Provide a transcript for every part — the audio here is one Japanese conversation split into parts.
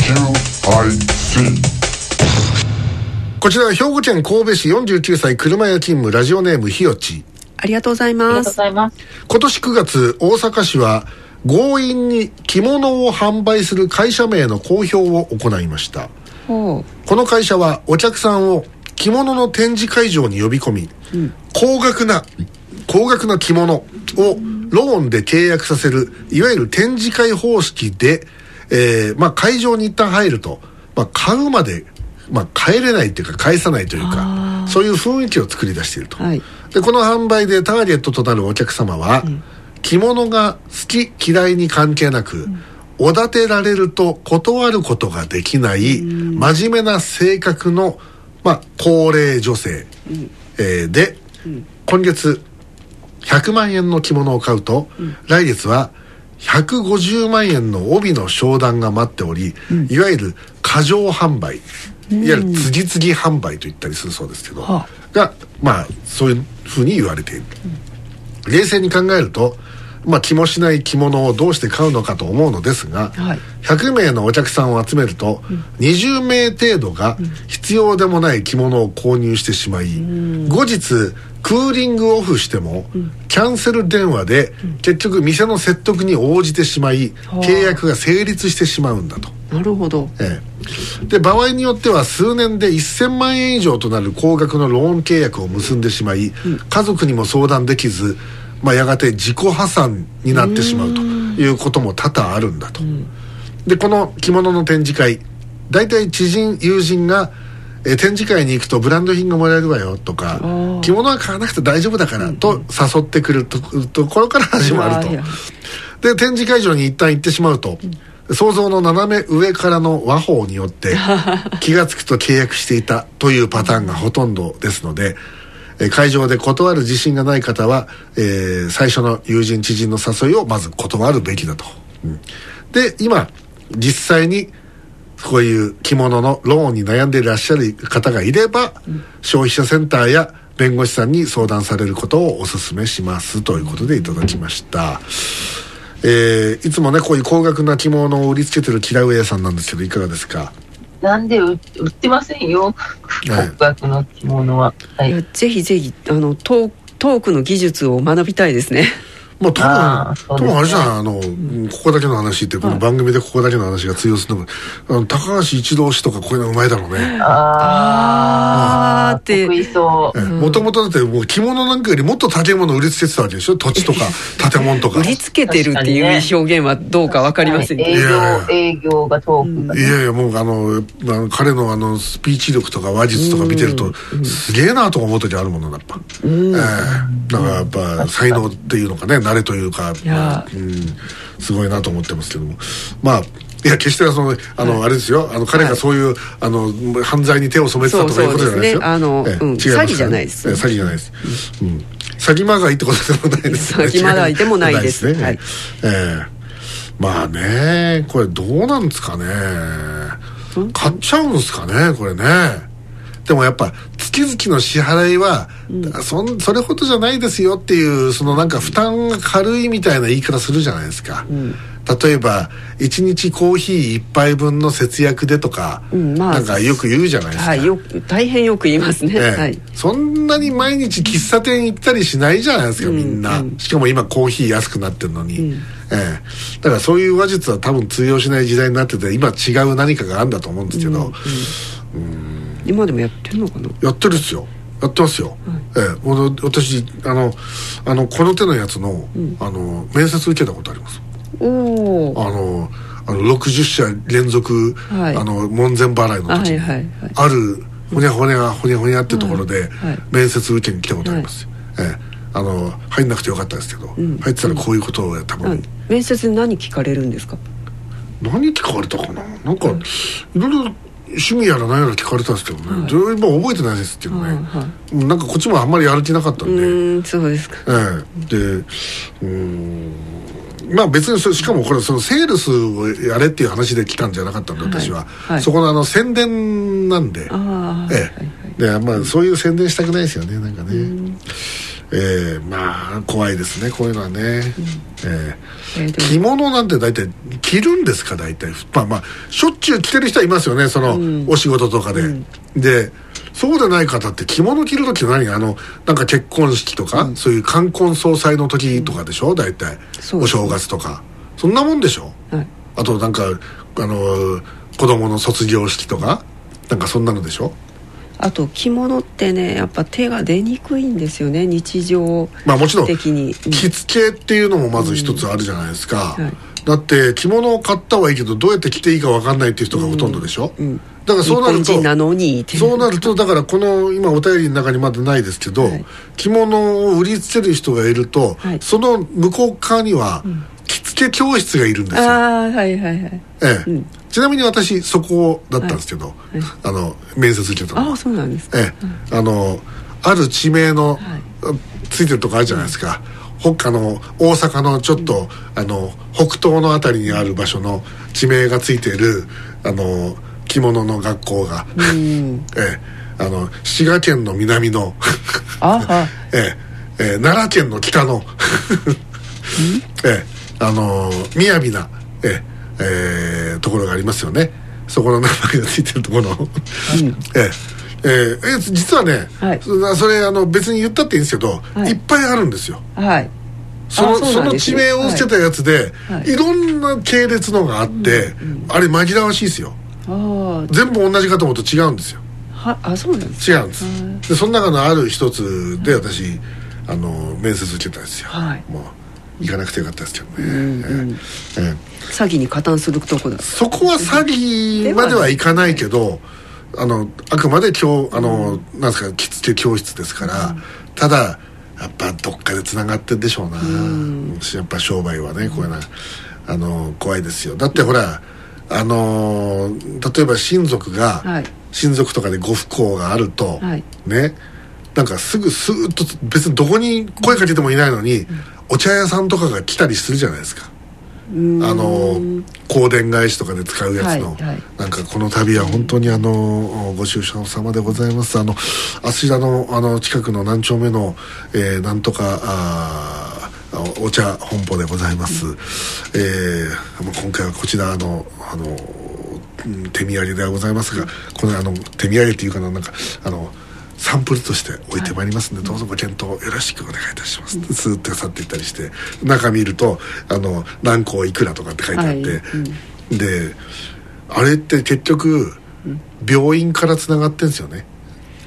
こちらは兵庫県神戸市49歳車屋勤務ラジオネームひよち。 ありがとうございます。 今年9月大阪市は強引に着物を販売する会社名の公表を行いました。この会社はお客さんを着物の展示会場に呼び込み、高額な着物をローンで契約させるいわゆる展示会方式で、会場に一旦入ると、買うまで、帰れないというか返さないというか、そういう雰囲気を作り出していると、でこの販売でターゲットとなるお客様は、着物が好き嫌いに関係なく、おだてられると断ることができない真面目な性格の、高齢女性、で、今月100万円の着物を買うと、来月は150万円の帯の商談が待っており、いわゆる過剰販売、いわゆる次々販売と言ったりするそうですけど、がそういうふうに言われている。冷静に考えると、気もしない着物をどうして買うのかと思うのですが、100名のお客さんを集めると、20名程度が必要でもない着物を購入してしまい、後日クーリングオフしても、キャンセル電話で結局店の説得に応じてしまい、契約が成立してしまうんだと。 なるほど。 で場合によっては数年で1000万円以上となる高額のローン契約を結んでしまい、家族にも相談できず、やがて自己破産になってしまうということも多々あるんだと。でこの着物の展示会、大体知人友人が展示会に行くとブランド品がもらえるわよとか、着物は買わなくて大丈夫だからと誘ってくるところから始まると。で展示会場に一旦行ってしまうと、想像の斜め上からの和法によって気がつくと契約していたというパターンがほとんどですので、会場で断る自信がない方は、最初の友人知人の誘いをまず断るべきだと。で今実際にこういう着物のローンに悩んでいらっしゃる方がいれば、消費者センターや弁護士さんに相談されることをお勧めしますということでいただきました。いつもねこういう高額な着物を売りつけてるキラウエイさんなんですけど、いかがですか？ なんで売ってませんよ、高額の着物は。 ぜひぜひトークの技術を学びたいですね。 多分あれじゃん、ここだけの話ってこの番組でここだけの話が通用するのも、高橋一郎氏とかこういうのうまいだろうね。 得意そう。 もともとだってもう着物なんかよりもっと建物売りつけてたわけでしょ、土地とか建物とか。 売りつけてるっていう表現はどうか分かりませんけど、 営業がトークが、 いやいやもう彼のスピーチ力とか話術とか見てると、すげえなとか思う時あるものだやっぱ。だからやっぱ才能っていうのかね、慣れというか、すごいなと思ってますけども、いや決してあれですよ、彼がそういう犯罪に手を染めてたとかいうことじゃないですよ。 詐欺じゃないです。 詐欺じゃないです。詐欺まがいってことでもないですね。 詐欺まがいでもないです。 これどうなんですかね。買っちゃうんですかねこれね。でもやっぱ月々の支払いは、それほどじゃないですよっていう、なんか負担が軽いみたいな言い方するじゃないですか。例えば1日コーヒー1杯分の節約でとか、なんかよく言うじゃないですか。 大変よく言いますね。 そんなに毎日喫茶店行ったりしないじゃないですかみんな。しかも今コーヒー安くなってるのに、だからそういう話術は多分通用しない時代になってて、今違う何かがあるんだと思うんですけど、 今でもやってるのかな。 やってるっすよ。やってますよ。私この手のやつの、面接受けたことあります。60社連続、門前払いの時に、あるほにゃほにゃってところで面接受けに来たことあります。入んなくてよかったですけど、入ってたらこういうことを多分。 面接で何聞かれるんですか？ 何聞かれたかな。なんかいろいろ趣味やら何やら聞かれたんですけどね、今覚えてないですっていうのね、なんかこっちもあんまりやる気なかったんで。 そうですか。 で別にしかもこれセールスをやれっていう話で来たんじゃなかったんで、私は、そこの宣伝なんで、でそういう宣伝したくないですよねなんかね。怖いですねこういうのはね。 着物なんて大体着るんですか？大体まあしょっちゅう着てる人はいますよね、その、お仕事とかで、でそうでない方って着物着る時って何、なんか結婚式とか、そういう冠婚葬祭の時とかでしょ、大体、お正月とかそんなもんでしょ、あとなんか子供の卒業式とかなんかそんなのでしょ。 あと着物ってね、やっぱ手が出にくいんですよね、日常的に。 まあもちろん着付けっていうのもまず一つあるじゃないですか、だって着物を買ったはいいけどどうやって着ていいか分かんないっていう人がほとんどでしょ、だからそうなると、 日本人なのにそうなると、だからこの今お便りの中にまだないですけど、着物を売りつける人がいると、その向こう側には着付け教室がいるんですよ。ちなみに私そこだったんですけど、面接受けたのは。 そうなんですか。 ある地名の、ついてるとこあるじゃないですか、大阪のちょっと、北東のあたりにある場所の地名がついている着物の学校が、滋賀県の南の奈良県の北の雅な、ところがありますよね。そこの名前がついてるところの実はね、それ別に言ったっていいんですけど、いっぱいあるんですよ。その地名を捨てたやつで、いろんな系列のがあって、あれ紛らわしいですよ。全部同じかと思うと違うんですよ。 そうなんですか。 違うんです。でその中のある一つで私面接受けたんですよ。もう行かなくてよかったですけどね。 詐欺に加担するとこだ。 そこは詐欺まではいかないけど、あくまでなんですか、着付け教室ですから、ただやっぱどっかでつながってるでしょうな。やっぱ商売はね、こういうの怖いですよ。だってほら例えば親族とかでご不幸があると、ね、なんかすぐスーッと別にどこに声かけてもいないのに、お茶屋さんとかが来たりするじゃないですか。香典返しとかで使うやつの、なんかこの度は本当にご愁傷様でございます。あちらの近くの何丁目の、なんとかお茶本舗でございます。今回はこちら手土産ではございますが、この手土産っていうかなんかサンプルとして置いてまいりますので、どうぞご検討よろしくお願いいたします、スーッと去っていったりして、中見ると何個いくらとかって書いてあって、であれって結局病院からつながってるんですよね。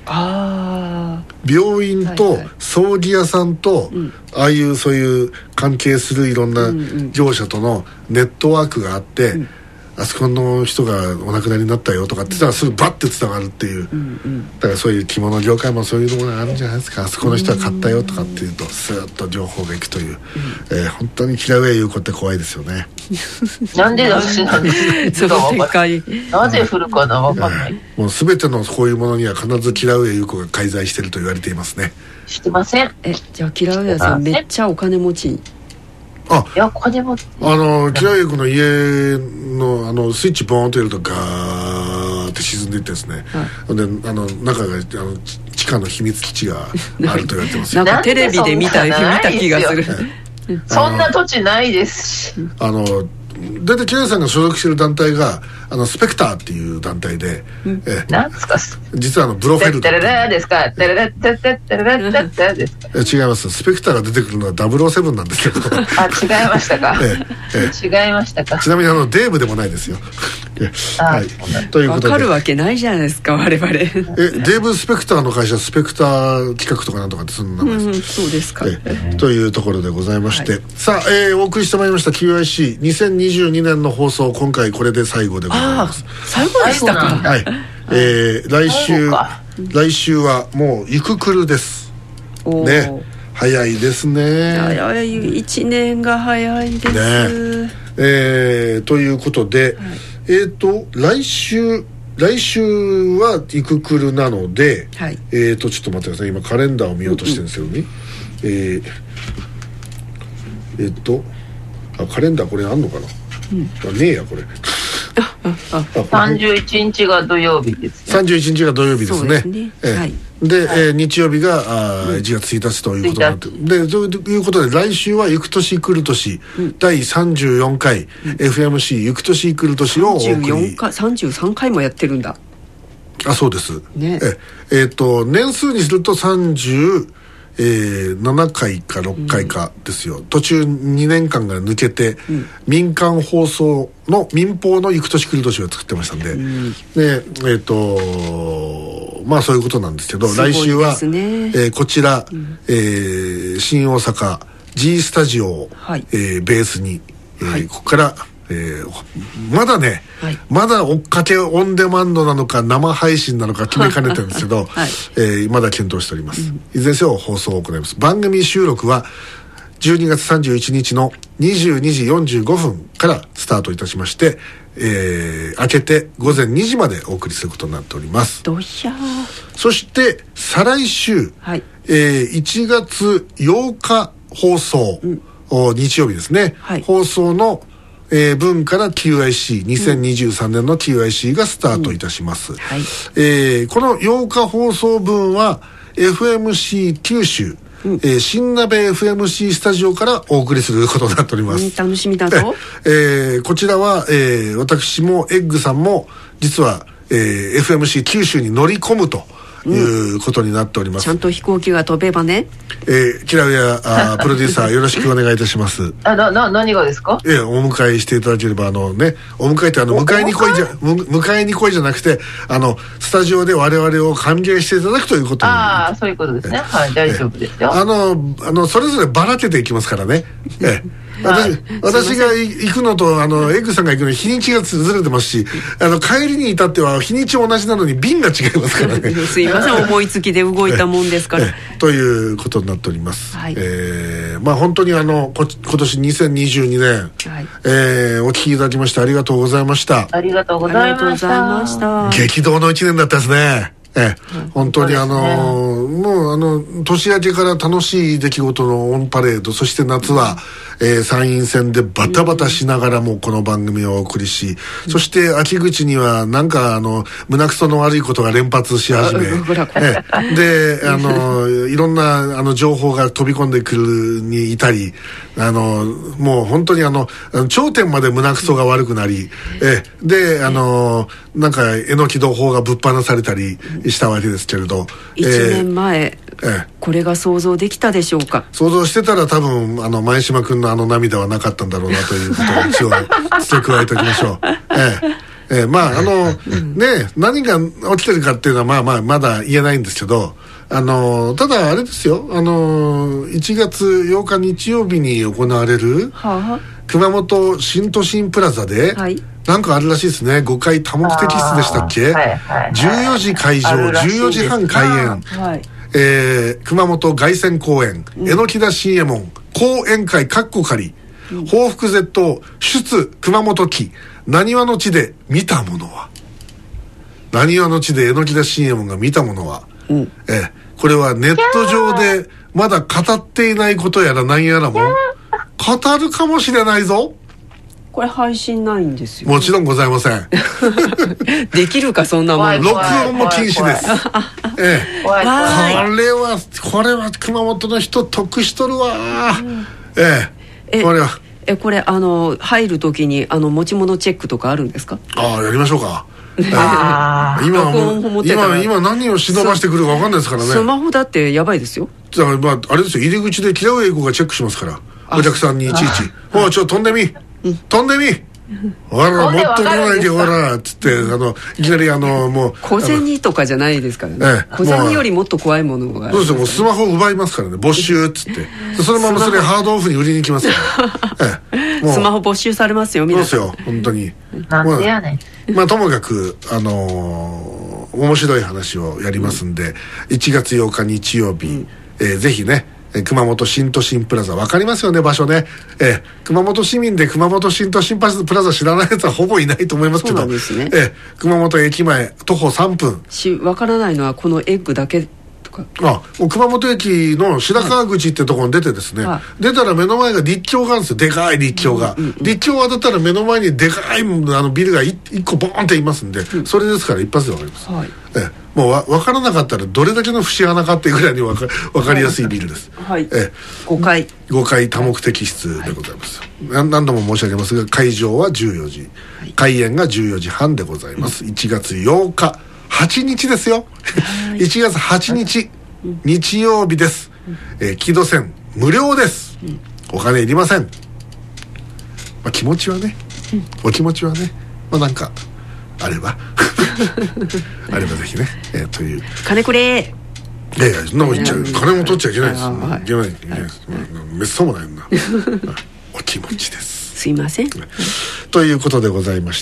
病院と葬儀屋さんと、ああいうそういう関係するいろんな業者とのネットワークがあって、あそこの人がお亡くなりになったよとかって言ったらすぐバッてつながるっていう、だからそういう着物業界もそういうのがあるんじゃないですか。あそこの人は買ったよとかっていうとスーッと情報がいくという、本当に嫌うや言う子って怖いですよね。 なんで私なんでなぜ降るかな分かんない。 もう全てのこういうものには必ず嫌うや言う子が介在してると言われていますね。 してません。 じゃあ嫌うやさんめっちゃお金持ち。 いや金持ち。 キラユクの家のスイッチボーンとやるとガーって沈んでいってですね、で中が地下の秘密基地があると言われてますよ。 なんかテレビで見た気がする。 そんな土地ないですし。 大体キラユさんが所属している団体がスペクターっていう団体で、 なんですか実はブロフェルドテレレですか、テレレテレテレレテレですか。 違います。スペクターが出てくるのは007なんですけど。 違いましたか。違いましたか。 ちなみにデーブでもないですよ。ということで分かるわけないじゃないですか我々。 デーブ・スペクターの会社スペクター企画とかなんとかってそんな名前です。 そうですか。 というところでございまして、さあ、お送りしてまいりました QIC2022 年の放送、今回これで最後でございます。 最後でしたか。 はい。来週はもうゆくくるですね。早いですね。 早い、1年が早いですね。 ということで、来週はゆくくるなので、ちょっと待ってください。今カレンダーを見ようとしてるんですけどね。カレンダーこれあんのかな。ねえやこれ。 31日が土曜日ですね。 31日が土曜日ですね。 で、日曜日が1月1日ということになってでということで来週はゆく年来る年、第34回 FMC ゆく年来る年をお送り 33回もやってるんだ。 そうです、 ね、 年数にすると37回か6回かですよ、途中2年間が抜けて、民間放送の民放のゆく年来る年を作ってましたんで、でまあそういうことなんですけど、来週は、こちら、新大阪 G スタジオを、ベースに、ここからまだね、まだ追っかけオンデマンドなのか生配信なのか決めかねてるんですけど、まだ検討しております、いずれにせよ放送を行います。番組収録は12月31日の22時45分からスタートいたしまして、明けて午前2時までお送りすることになっております。 どひゃー。 そして再来週、1月8日放送、日曜日ですね、放送の分から QIC2023 年の QIC がスタートいたします、この8日放送分は FMC 九州、新鍋 FMC スタジオからお送りすることになっております、 楽しみだぞ。 こちらは、私もエッグさんも実は、FMC 九州に乗り込むということになっております。 ちゃんと飛行機が飛べばね。 キラウヤプロデューサーよろしくお願いいたします。 何がですか？ お迎えしていただければ、お迎えって迎えに来いじゃなくて、スタジオで我々を歓迎していただくということに。 そういうことですね。はい、大丈夫ですよ。 それぞればらけていきますからね。私が行くのとエッグさんが行くの日にちがずれてますし、帰りに至っては日にち同じなのに便が違いますからね。 すいません、思いつきで動いたもんですから。 ということになっております。まあ本当に今年2022年、お聞きいただきましてありがとうございました。 ありがとうございました。 激動の1年だったですね。本当にもう年明けから楽しい出来事のオンパレード、そして夏は、参院選でバタバタしながらもこの番組をお送りし、そして秋口にはなんか胸くその悪いことが連発し始め、でいろんな情報が飛び込んでくるにいたり、もう本当に頂点まで胸くそが悪くなり、でなんかえのき同胞がぶっ放されたりしたわけですけれど、 1年前、これが想像できたでしょうか。 想像してたら多分前島君の涙はなかったんだろうなということを一応付け加えておきましょう。まあ何が起きてるかっていうのはまだ言えないんですけど、ただあれですよ、1月8日日曜日に行われる熊本新都心プラザで、なんかあるらしいですね。5階多目的室でしたっけ、14時会場、14時半開演、熊本凱旋公園、榎田新右衛門講演会かっこ仮、報復絶倒出熊本記、なにわの地で見たものは、なにわの地で榎田新右衛門が見たものは、これはネット上でまだ語っていないことやら何やらも語るかもしれないぞ。 これ配信ないんですよ、 もちろんございません。 できるかそんなもん。 録音も禁止です。これは熊本の人得しとるわ。 これ入る時に持ち物チェックとかあるんですか？ やりましょうか。今何を忍ばしてくるか分かんないですからね。 スマホだってやばいですよ。 だからあれですよ、入り口でキラウエイコがチェックしますから、お客さんにいちいち「ちょっと飛んでみ飛んでみほらもっと来ないでほら」っつっていきなりもう小銭とかじゃないですからね。小銭よりもっと怖いものがある。 そうですよ、もうスマホ奪いますからね、没収っつってそのままそれハードオフに売りに行きますからスマホ没収されますよ皆さん。 そうですよ本当に。 なんでやねん。 ともかく面白い話をやりますんで、1月8日日曜日、ぜひね熊本新都心プラザ分かりますよね、場所ね。熊本市民で熊本新都心プラザ知らないやつはほぼいないと思いますけど、熊本駅前徒歩3分。 分からないのはこのエッグだけとか。 もう熊本駅の白川口ってところに出てですね、出たら目の前が立教があるんですよ。でかい立教が、立教を渡ったら目の前にでかいビルが1個ボーンっていますんで、それですから一発で分かります、もう分からなかったらどれだけの節穴かっていうぐらいに分かりやすいビルです、 5階多目的室でございます、何度も申し上げますが、会場は14時、開演が14時半でございます、1月8日8日ですよ1月8日、日曜日です、木戸線無料です、お金いりません、気持ちはね、お気持ちはね、なんかあればあればぜひね、という金くれいやそんなこと言っちゃう、金も取っちゃいけないです、いけないです、めっそうもないんだお気持ちです、 すいませんということでございまして、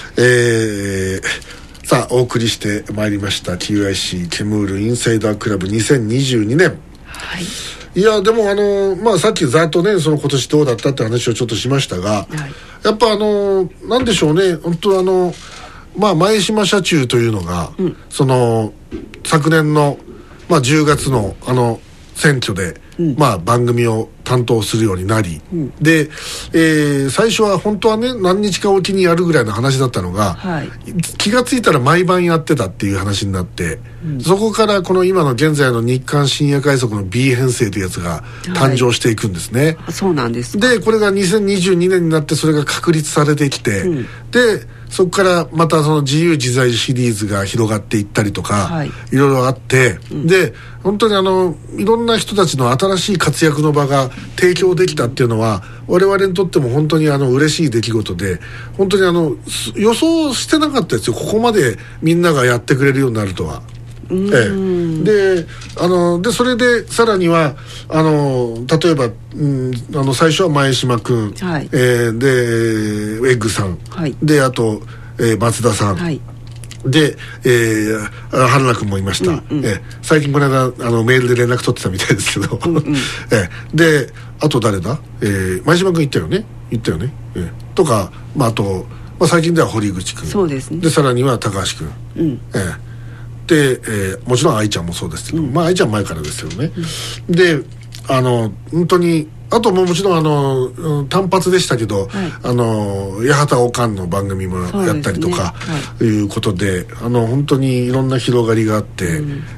さあお送りしてまいりました TIC ケムールインサイダークラブ2022年、いやでもさっきざっとねその今年どうだったって話をちょっとしましたが、やっぱなんでしょうね、本当前島社中というのが、その昨年の、10月の選挙で、番組を担当するようになり、で、最初は本当はね何日かおきにやるぐらいの話だったのが、気がついたら毎晩やってたっていう話になって、そこからこの今の現在の日刊深夜快速の B 編成というやつが誕生していくんですね、 そうなんです。 でこれが2022年になってそれが確立されてきて、でそこからまたその自由自在シリーズが広がっていったりとか、いろいろあって、で本当にいろんな人たちの新しい活躍の場が提供できたっていうのは我々にとっても本当に嬉しい出来事で、本当に予想してなかったですよ、ここまでみんながやってくれるようになるとは。でそれでさらには例えば、最初は前島君、でエッグさん、であと、松田さん、で、原田君もいました、最近この間メールで連絡取ってたみたいですけど、であと誰だ、前島君行ったよねとか、あと、最近では堀口君、 そうですね、 でさらには高橋君、で、もちろん愛ちゃんもそうですけど、愛ちゃん前からですよね、で本当にあともちろん単発でしたけど、八幡おかんの番組もやったりとか、いうことで本当にいろんな広がりがあって、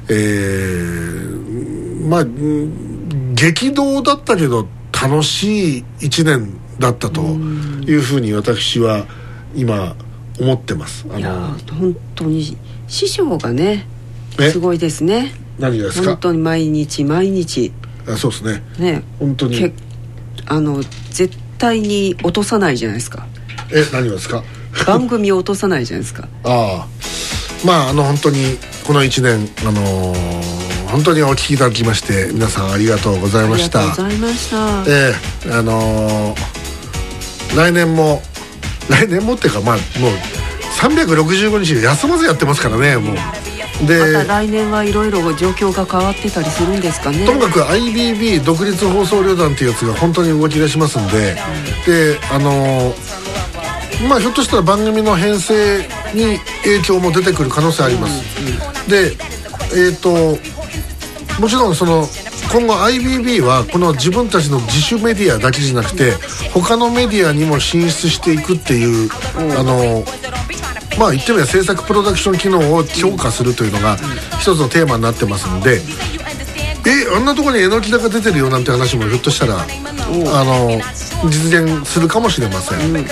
激動だったけど楽しい1年だったというふうに私は今思ってます。 いや本当に師匠がねすごいですね。 何がですか。 本当に毎日そうですね。本当に絶対に落とさないじゃないですか。 何がですか。 番組を落とさないじゃないですか。 本当にこの1年本当にお聞きいただきまして皆さんありがとうございました。 ありがとうございました。 来年もっていうかもう365日休まずやってますからね。もうでまた来年はいろいろ状況が変わってたりするんですかね。 ともかく IBB 独立放送旅団っていうやつが本当に動き出しますんで、でひょっとしたら番組の編成に影響も出てくる可能性あります、でもちろん今後 IBB はこの自分たちの自主メディアだけじゃなくて他のメディアにも進出していくっていう言ってみれば制作プロダクション機能を強化するというのが一つのテーマになってますので、あんなところにえのきだが出てるよなんて話もひょっとしたら実現するかもしれません、で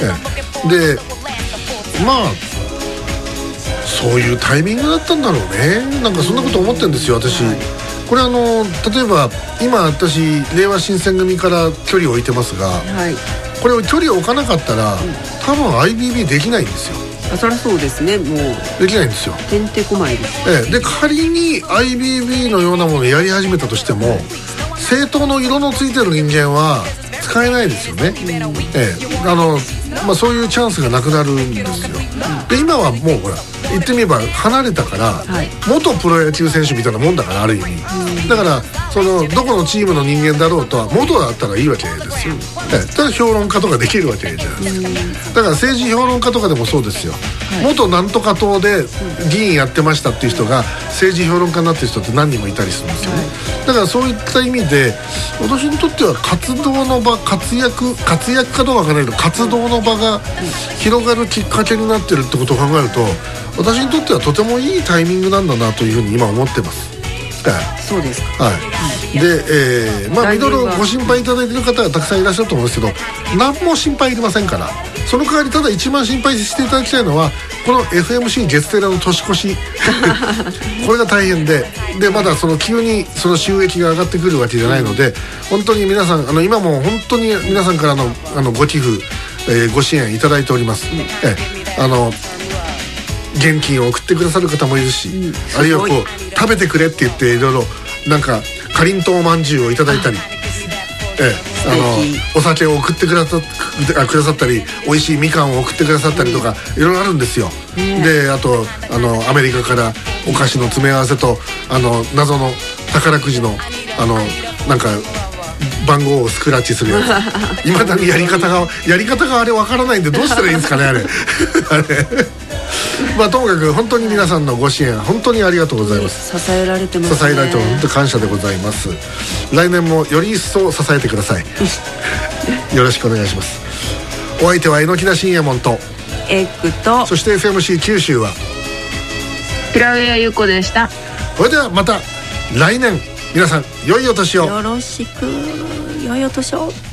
そういうタイミングだったんだろうね。なんかそんなこと思ってるんですよ私。これ例えば今私令和新選組から距離を置いてますが、これを距離を置かなかったら、多分 IBB できないんですよ。 そりゃそうですね。もうできないんですよ。 てんてこまいです、 で仮に IBB のようなものをやり始めたとしても政党の色のついてる人間は使えないですよね、 そういうチャンスがなくなるんですよ。で今はもうほら言ってみれば離れたから、はい、元プロ野球選手みたいなもんだから、ある意味、だからどこのチームの人間だろうとは元だったらいいわけですよ。ただ評論家とかできるわけじゃないですか。だから政治評論家とかでもそうですよ、はい、元なんとか党で議員やってましたっていう人が政治評論家になってる人って何人もいたりするんですよね、はい、だからそういった意味で私にとっては活動の場、活躍かどうかわからないけど活動の場が広がるきっかけになってるってことを考えると、私にとってはとてもいいタイミングなんだなというふうに今思ってます。 そうですか。 はい。で、いろいろご心配いただいている方がたくさんいらっしゃると思うんですけど、何も心配いりませんから。その代わりただ一番心配していただきたいのはこの FMC 月テラの年越しこれが大変でまだ急に収益が上がってくるわけじゃないので、本当に皆さん今も本当に皆さんからのご寄付、ご支援いただいております。現金を送ってくださる方もいるし、あるいは食べてくれって言っていろいろなんかかりんとうまんじゅうをいただいたり、お酒を送ってくださったり、美味しいみかんを送ってくださったりとか、いろいろあるんですよ。であとアメリカからお菓子の詰め合わせと謎の宝くじのなんか番号をスクラッチするやついまだにやり方があれわからないんでどうしたらいいんですかねあれともかく本当に皆さんのご支援本当にありがとうございます。 支えられてますね。 支えられて本当感謝でございます。来年もより一層支えてくださいよろしくお願いします。お相手は榎田信也門とエッグと、 そして FMC 九州は平上優子でした。 それではまた来年皆さん良いお年を。 よろしく。良いお年を。